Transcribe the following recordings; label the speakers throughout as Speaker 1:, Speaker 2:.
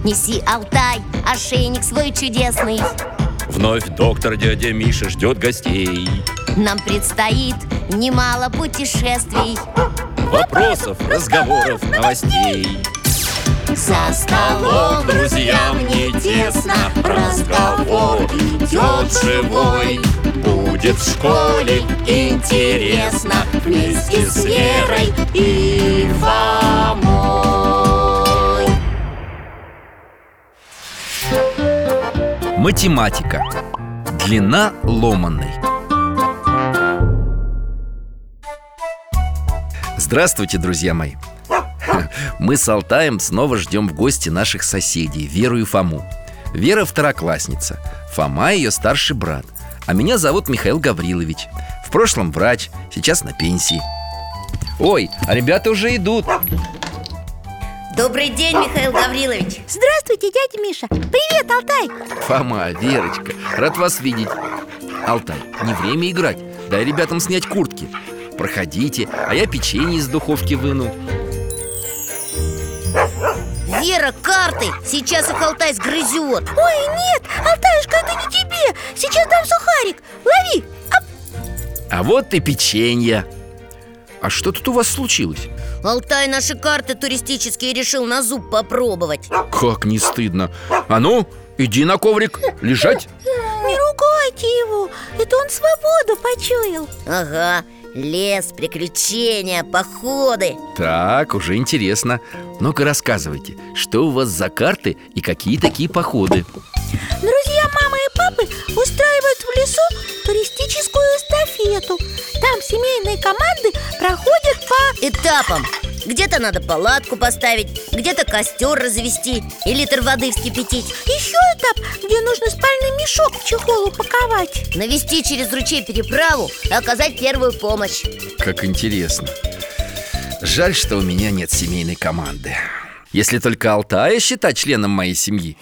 Speaker 1: Неси, Алтай, ошейник свой чудесный.
Speaker 2: Вновь доктор дядя Миша ждет гостей.
Speaker 1: Нам предстоит немало путешествий,
Speaker 2: Вопросов, разговоров, новостей.
Speaker 1: за столом
Speaker 2: Друзьям не тесно, разговор идет живой. Будет в школе интересно вместе с Верой и Фомой.
Speaker 3: Математика. Длина ломаной. Здравствуйте, друзья мои. Мы с Алтаем снова ждем в гости наших соседей, Веру и Фому. Вера второклассница, Фома ее старший брат. А меня зовут Михаил Гаврилович. В прошлом врач, сейчас на пенсии. Ой, а ребята уже идут.
Speaker 1: Добрый день, Михаил Гаврилович.
Speaker 4: Здравствуйте, дядя Миша. Привет, Алтай.
Speaker 3: Фома, Верочка, рад вас видеть. Алтай, не время играть. Дай ребятам снять куртки. Проходите, а я печенье из духовки выну.
Speaker 1: Вера, карты! Сейчас их Алтай сгрызет.
Speaker 4: Ой, нет, Алтаюшка, это не тебе. Сейчас дам сухарик. Лови.
Speaker 3: А вот и печенье. А что тут у вас случилось?
Speaker 1: Алтай наши карты туристические решил на зуб попробовать.
Speaker 3: Как не стыдно. А ну, иди на коврик, лежать.
Speaker 4: Не ругайте его. Это он свободу почуял.
Speaker 1: Ага, лес, приключения, походы.
Speaker 3: Так, уже интересно. Ну-ка рассказывайте, что у вас за карты и какие такие походы?
Speaker 4: Друзья мамы и папы устраивают в лесу туристическую эстафету. Там семейные команды проходят по
Speaker 1: Этапом. Где-то надо палатку поставить, где-то костер развести и литр воды вскипятить.
Speaker 4: Еще этап, где нужно спальный мешок в чехол упаковать.
Speaker 1: Навести через ручей переправу и оказать первую помощь.
Speaker 3: Как интересно. Жаль, что у меня нет семейной команды. Если только Алтая считать членом моей семьи.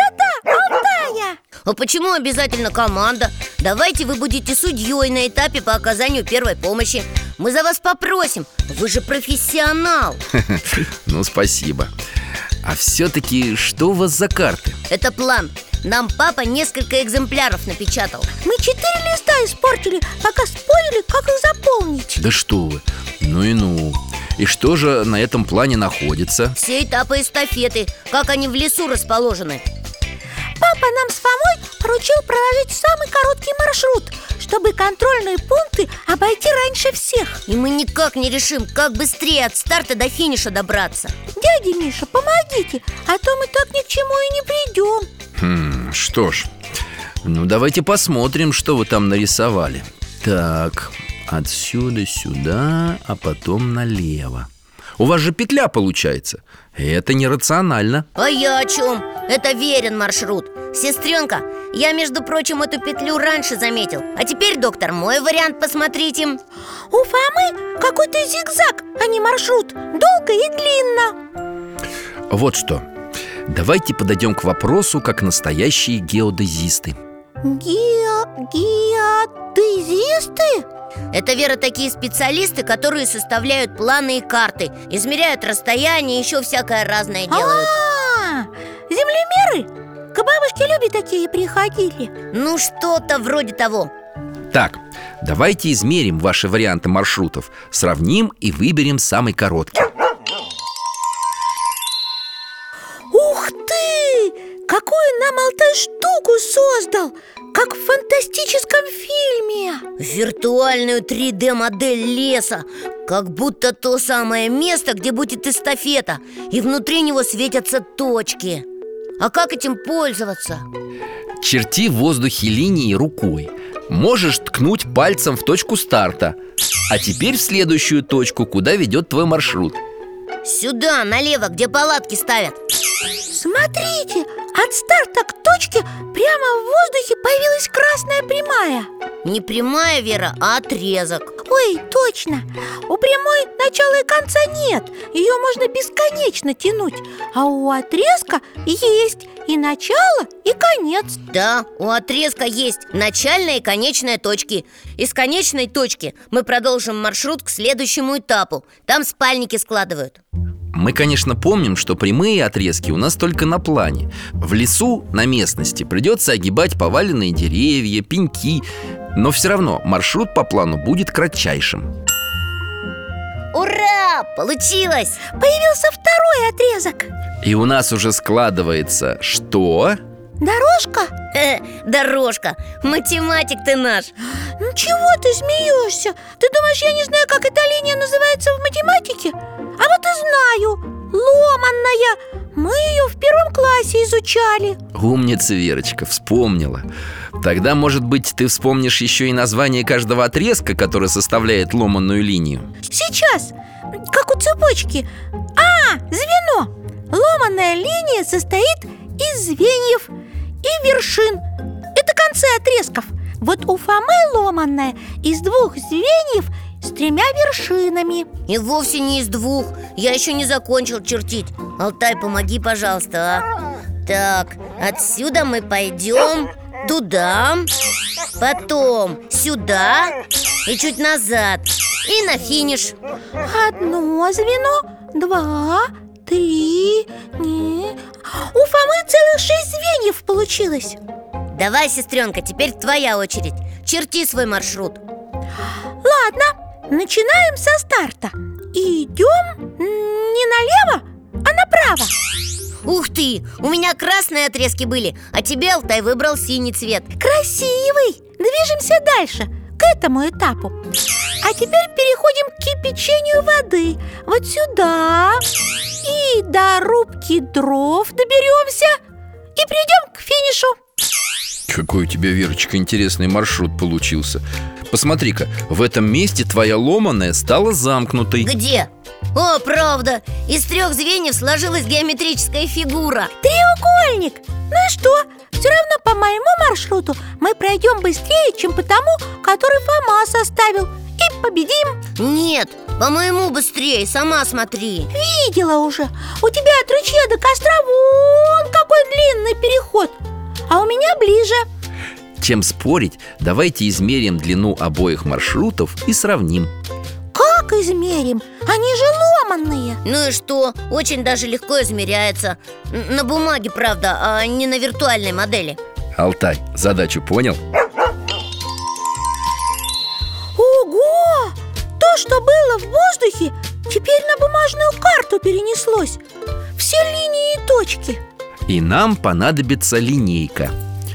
Speaker 4: Алтая!
Speaker 1: А почему обязательно команда? Давайте вы будете судьей на этапе по оказанию первой помощи. Мы за вас попросим, вы же профессионал.
Speaker 3: Ну, спасибо. А все-таки что у вас за карты?
Speaker 1: Это план. Нам папа несколько экземпляров напечатал.
Speaker 4: Мы 4 листа испортили, пока спорили, как их заполнить.
Speaker 3: Да что вы, ну и ну. И что же на этом плане находится?
Speaker 1: Все этапы эстафеты, как они в лесу расположены.
Speaker 4: Папа нам с Фомой поручил проложить самый короткий маршрут, чтобы контрольные пункты обойти раньше всех.
Speaker 1: И мы никак не решим, как быстрее от старта до финиша добраться.
Speaker 4: Дядя Миша, помогите, а то мы так ни к чему и не придем.
Speaker 3: Что ж, ну давайте посмотрим, что вы там нарисовали. Так, отсюда сюда, а потом налево. У вас же петля получается. Это нерационально.
Speaker 1: А я о чем? Это верен маршрут. Сестренка, я, между прочим, эту петлю раньше заметил. А теперь, доктор, мой вариант посмотрите.
Speaker 4: У Фомы какой-то зигзаг, а не маршрут. Долго и длинно.
Speaker 3: Вот что. Давайте подойдем к вопросу как настоящие геодезисты.
Speaker 4: Геодезисты?
Speaker 1: Это, Вера, такие специалисты, которые составляют планы и карты, измеряют расстояние, еще всякое разное делают.
Speaker 4: Землемеры? К бабушке Любе такие приходили.
Speaker 1: Ну, что-то вроде того.
Speaker 3: Так, давайте измерим ваши варианты маршрутов, сравним и выберем самый короткий.
Speaker 4: Ух ты! Какую нам Алтай штуку создал! Как в фантастическом фильме!
Speaker 1: Виртуальную 3D-модель леса. Как будто то самое место, где будет эстафета. И внутри него светятся точки. А как этим пользоваться?
Speaker 3: Черти в воздухе линии рукой. Можешь ткнуть пальцем в точку старта. А теперь в следующую точку, куда ведет твой маршрут.
Speaker 1: Сюда, налево, где палатки ставят.
Speaker 4: Смотрите, от старта к точке прямо в воздухе появилась красная прямая.
Speaker 1: Не прямая, Вера, а отрезок.
Speaker 4: Ой, точно. У прямой начала и конца нет. Ее можно бесконечно тянуть. А у отрезка есть и начало, и конец.
Speaker 1: Да, у отрезка есть начальная и конечная точки. Из конечной точки мы продолжим маршрут к следующему этапу. Там спальники складывают.
Speaker 3: Мы, конечно, помним, что прямые отрезки у нас только на плане. В лесу, на местности, придется огибать поваленные деревья, пеньки. Но все равно маршрут по плану будет кратчайшим.
Speaker 1: Ура! Получилось!
Speaker 4: Появился второй отрезок.
Speaker 3: И у нас уже складывается что?
Speaker 4: Дорожка?
Speaker 1: Дорожка! Математик ты наш!
Speaker 4: Ну чего ты смеешься? Ты думаешь, я не знаю, как эта линия называется в математике? А вот и знаю. Ломанная. Мы ее в 1 классе изучали.
Speaker 3: Умница, Верочка, вспомнила. Тогда, может быть, ты вспомнишь еще и название каждого отрезка, который составляет ломаную линию.
Speaker 4: Сейчас, как у цепочки. Звено. Ломаная линия состоит из звеньев и вершин. Это концы отрезков. Вот у Фомы ломаная из 2 звеньев с 3 вершинами.
Speaker 1: И вовсе не из 2. Я еще не закончил чертить. Алтай, помоги, пожалуйста, а? Так, отсюда мы пойдем туда, потом сюда и чуть назад. И на финиш.
Speaker 4: Одно звено, 2, 3. У Фомы целых 6 звеньев получилось.
Speaker 1: Давай, сестренка, теперь твоя очередь. Черти свой маршрут.
Speaker 4: Ладно, начинаем со старта. И идем не налево, а направо.
Speaker 1: Ух ты, у меня красные отрезки были, а тебе, Алтай, выбрал синий цвет.
Speaker 4: Красивый! Движемся дальше, к этому этапу. А теперь переходим к кипячению воды. Вот сюда. И до рубки дров доберемся. И придем к финишу.
Speaker 3: Какой у тебя, Верочка, интересный маршрут получился. Посмотри-ка, в этом месте твоя ломаная стала замкнутой.
Speaker 1: Где? О, правда, из 3 звеньев сложилась геометрическая фигура.
Speaker 4: Треугольник. Ну и что? Все равно по моему маршруту мы пройдем быстрее, чем по тому, который Фома составил. И победим.
Speaker 1: Нет, по-моему, быстрее, сама смотри.
Speaker 4: Видела уже. У тебя от ручья до костра вон какой длинный переход. А у меня ближе.
Speaker 3: Чем спорить, давайте измерим длину обоих маршрутов и сравним.
Speaker 4: Как измерим? Они же ломаные.
Speaker 1: Ну и что? Очень даже легко измеряется. На бумаге, правда, а не на виртуальной модели.
Speaker 3: Алтай, задачу понял?
Speaker 4: Ого! То, что было в воздухе, теперь на бумажную карту перенеслось. Все линии и точки.
Speaker 3: И нам понадобится линейка.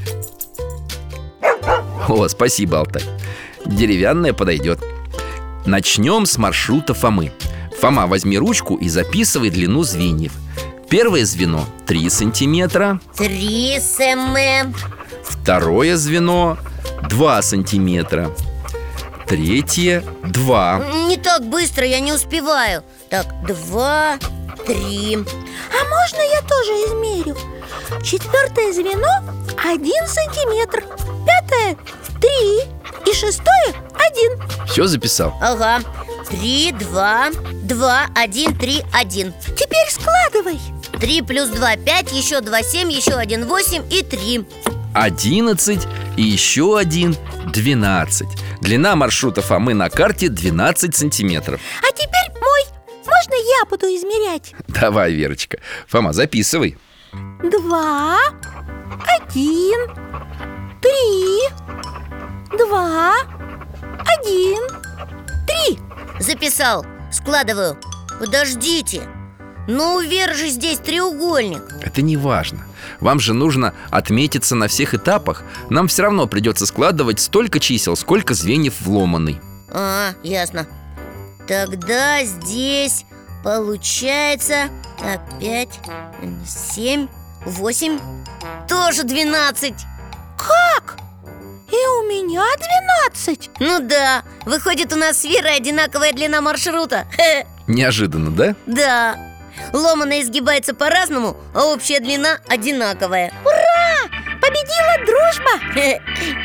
Speaker 3: О, спасибо, Алтай. Деревянная подойдет. Начнем с маршрута Фомы. Фома, возьми ручку и записывай длину звеньев. Первое звено 3 сантиметра.
Speaker 1: 3 см.
Speaker 3: Второе звено 2 сантиметра. Третье 2.
Speaker 1: Не так быстро, я не успеваю. Так, 2, 3.
Speaker 4: А можно я тоже измерю? 4 звено 1 сантиметр. 5 3. И 6 1.
Speaker 3: Все записал?
Speaker 1: Ага. 3, 2, 2, 1, 3, 1.
Speaker 4: Теперь складывай.
Speaker 1: 3 плюс 2, 5, еще 2, 7, еще 1, 8 и 3.
Speaker 3: 11 и еще 1 12. Длина маршрута Фомы на карте 12 сантиметров.
Speaker 4: А теперь мой. Можно я буду измерять?
Speaker 3: Давай, Верочка. Фома, записывай.
Speaker 4: 2, 1, 3, 2, 1, 3.
Speaker 1: Записал, складываю. Подождите, но у Веры же здесь треугольник.
Speaker 3: Это не важно. Вам же нужно отметиться на всех этапах. Нам все равно придется складывать столько чисел, сколько звеньев в ломаной.
Speaker 1: Ясно. Тогда здесь получается 5, 7, 8. Тоже 12.
Speaker 4: Как? И у меня 12.
Speaker 1: Ну да, выходит, у нас с Верой одинаковая длина маршрута.
Speaker 3: Неожиданно, да?
Speaker 1: Да. Ломаная изгибается по-разному, а общая длина одинаковая.
Speaker 4: Победила дружба.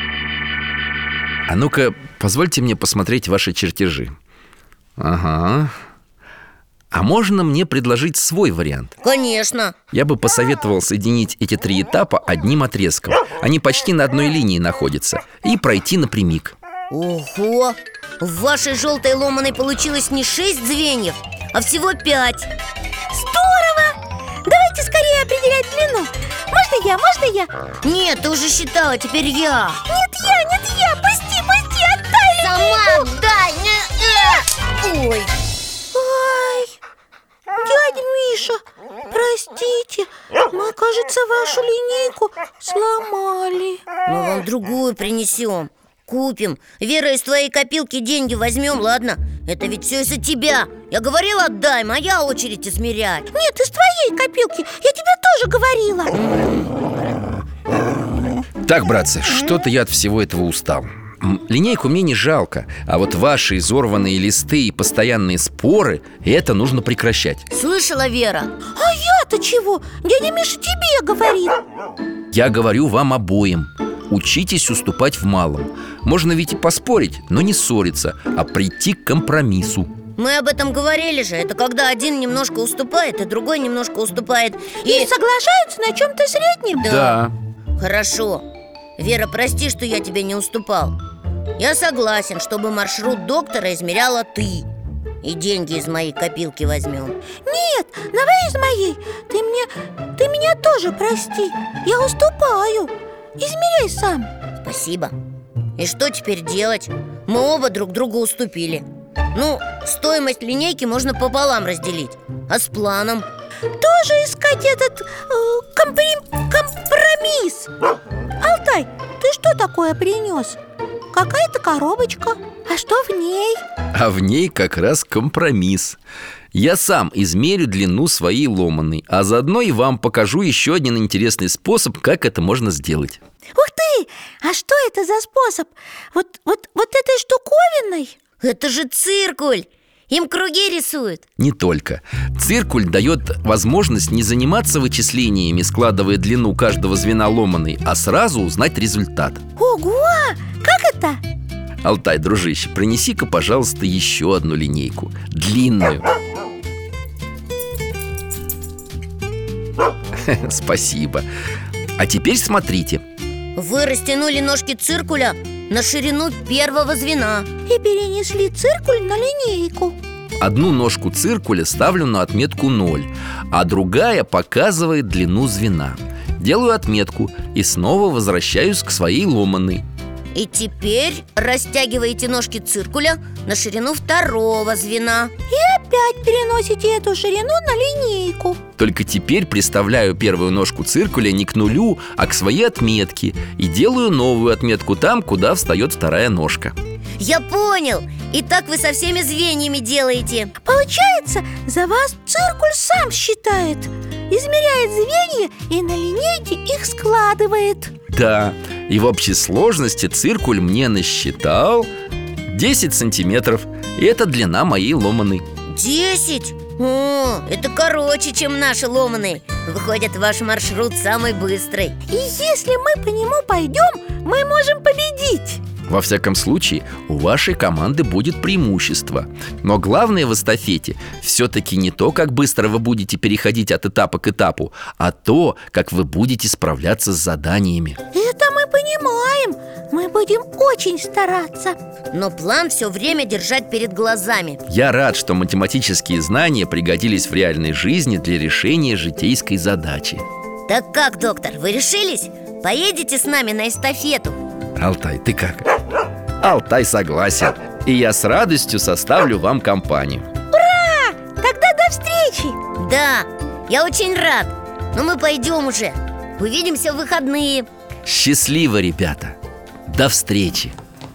Speaker 3: А ну-ка, позвольте мне посмотреть ваши чертежи. Ага. А можно мне предложить свой вариант?
Speaker 1: Конечно.
Speaker 3: Я бы посоветовал соединить эти 3 этапа одним отрезком. Они почти на одной линии находятся. И пройти напрямик.
Speaker 1: Ого! В вашей желтой ломаной получилось не 6 звеньев, а всего 5.
Speaker 4: Давайте скорее определять длину. Можно я? Можно я?
Speaker 1: Нет, ты уже считала, теперь я.
Speaker 4: Нет я, пусти, отдай
Speaker 1: Сама
Speaker 4: линейку.
Speaker 1: дай. Ой.
Speaker 4: Ой, дядя Миша, простите, мы, кажется, вашу линейку сломали.
Speaker 1: Мы вам другую принесем. Купим. Вера, из твоей копилки деньги возьмем, ладно? Это ведь все из-за тебя. Я говорила, отдай, моя очередь измерять.
Speaker 4: Нет, из твоей копилки, я тебе тоже говорила.
Speaker 3: Так, братцы, что-то я от всего этого устал. Линейку мне не жалко, а вот ваши изорванные листы и постоянные споры, это нужно прекращать.
Speaker 1: Слышала, Вера?
Speaker 4: А я-то чего? Дядя Миша тебе говорит.
Speaker 3: Я говорю вам обоим: учитесь уступать в малом. Можно ведь и поспорить, но не ссориться, а прийти к компромиссу.
Speaker 1: Мы об этом говорили же. Это когда один немножко уступает, и другой немножко уступает.
Speaker 4: И соглашаются на чем-то среднем.
Speaker 3: Да.
Speaker 1: Хорошо. Вера, прости, что я тебе не уступал. Я согласен, чтобы маршрут доктора измеряла ты. И деньги из моей копилки возьмем.
Speaker 4: Нет, давай из моей. Ты меня тоже прости. Я уступаю. Измеряй сам.
Speaker 1: Спасибо. И что теперь делать? Мы оба друг другу уступили. Ну, стоимость линейки можно пополам разделить. А с планом?
Speaker 4: Тоже искать этот компромисс. Алтай, ты что такое принес? Какая-то коробочка. А что в ней?
Speaker 3: А в ней как раз компромисс. Я сам измерю длину своей ломаной, а заодно и вам покажу еще один интересный способ, как это можно сделать.
Speaker 4: Ух ты! А что это за способ? Вот этой штуковиной?
Speaker 1: Это же циркуль! Им круги рисуют.
Speaker 3: Не только. Циркуль дает возможность не заниматься вычислениями, складывая длину каждого звена ломаной, а сразу узнать результат.
Speaker 4: Ого! Как это?
Speaker 3: Алтай, дружище, принеси-ка, пожалуйста, еще одну линейку. Длинную. Спасибо. А теперь смотрите.
Speaker 1: Вы растянули ножки циркуля на ширину первого звена.
Speaker 4: И перенесли циркуль на линейку.
Speaker 3: Одну ножку циркуля ставлю на отметку 0, а другая показывает длину звена. Делаю отметку и снова возвращаюсь к своей ломаной.
Speaker 1: И теперь растягиваете ножки циркуля на ширину второго звена.
Speaker 4: И опять переносите эту ширину на линейку.
Speaker 3: Только теперь приставляю первую ножку циркуля не к нулю, а к своей отметке и делаю новую отметку там, куда встает вторая ножка.
Speaker 1: Я понял! И так вы со всеми звеньями делаете.
Speaker 4: Получается, за вас циркуль сам считает. Измеряет звенья и на линейке их складывает.
Speaker 3: Да, и в общей сложности циркуль мне насчитал 10 сантиметров. И это длина моей ломаной.
Speaker 1: 10? О, это короче, чем наши ломаные. Выходит, ваш маршрут самый быстрый.
Speaker 4: И если мы по нему пойдем, мы можем победить.
Speaker 3: Во всяком случае, у вашей команды будет преимущество. Но главное в эстафете все-таки не то, как быстро вы будете переходить от этапа к этапу, а то, как вы будете справляться с заданиями.
Speaker 4: Это мы понимаем. Мы будем очень стараться.
Speaker 1: Но план все время держать перед глазами.
Speaker 3: Я рад, что математические знания пригодились в реальной жизни для решения житейской задачи.
Speaker 1: Так как, доктор, вы решились? Поедете с нами на эстафету?
Speaker 3: Алтай, ты как? Алтай согласен. И я с радостью составлю вам компанию.
Speaker 4: Тогда до встречи.
Speaker 1: Да, я очень рад. Но мы пойдем уже. Увидимся в выходные.
Speaker 3: Счастливо, ребята. До встречи.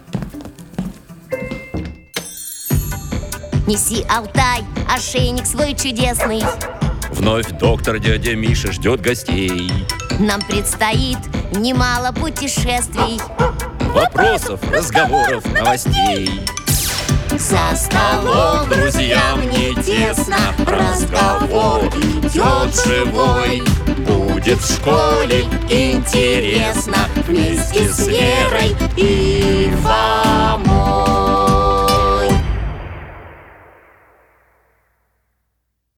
Speaker 1: Неси, Алтай, ошейник свой чудесный.
Speaker 2: Вновь доктор дядя Миша ждет гостей.
Speaker 1: Нам предстоит немало путешествий.
Speaker 2: Вопросов, разговоров, новостей.
Speaker 1: За
Speaker 2: Столом друзьям не тесно, разговор идет живой. Будет в школе интересно вместе с Верой и Фомой.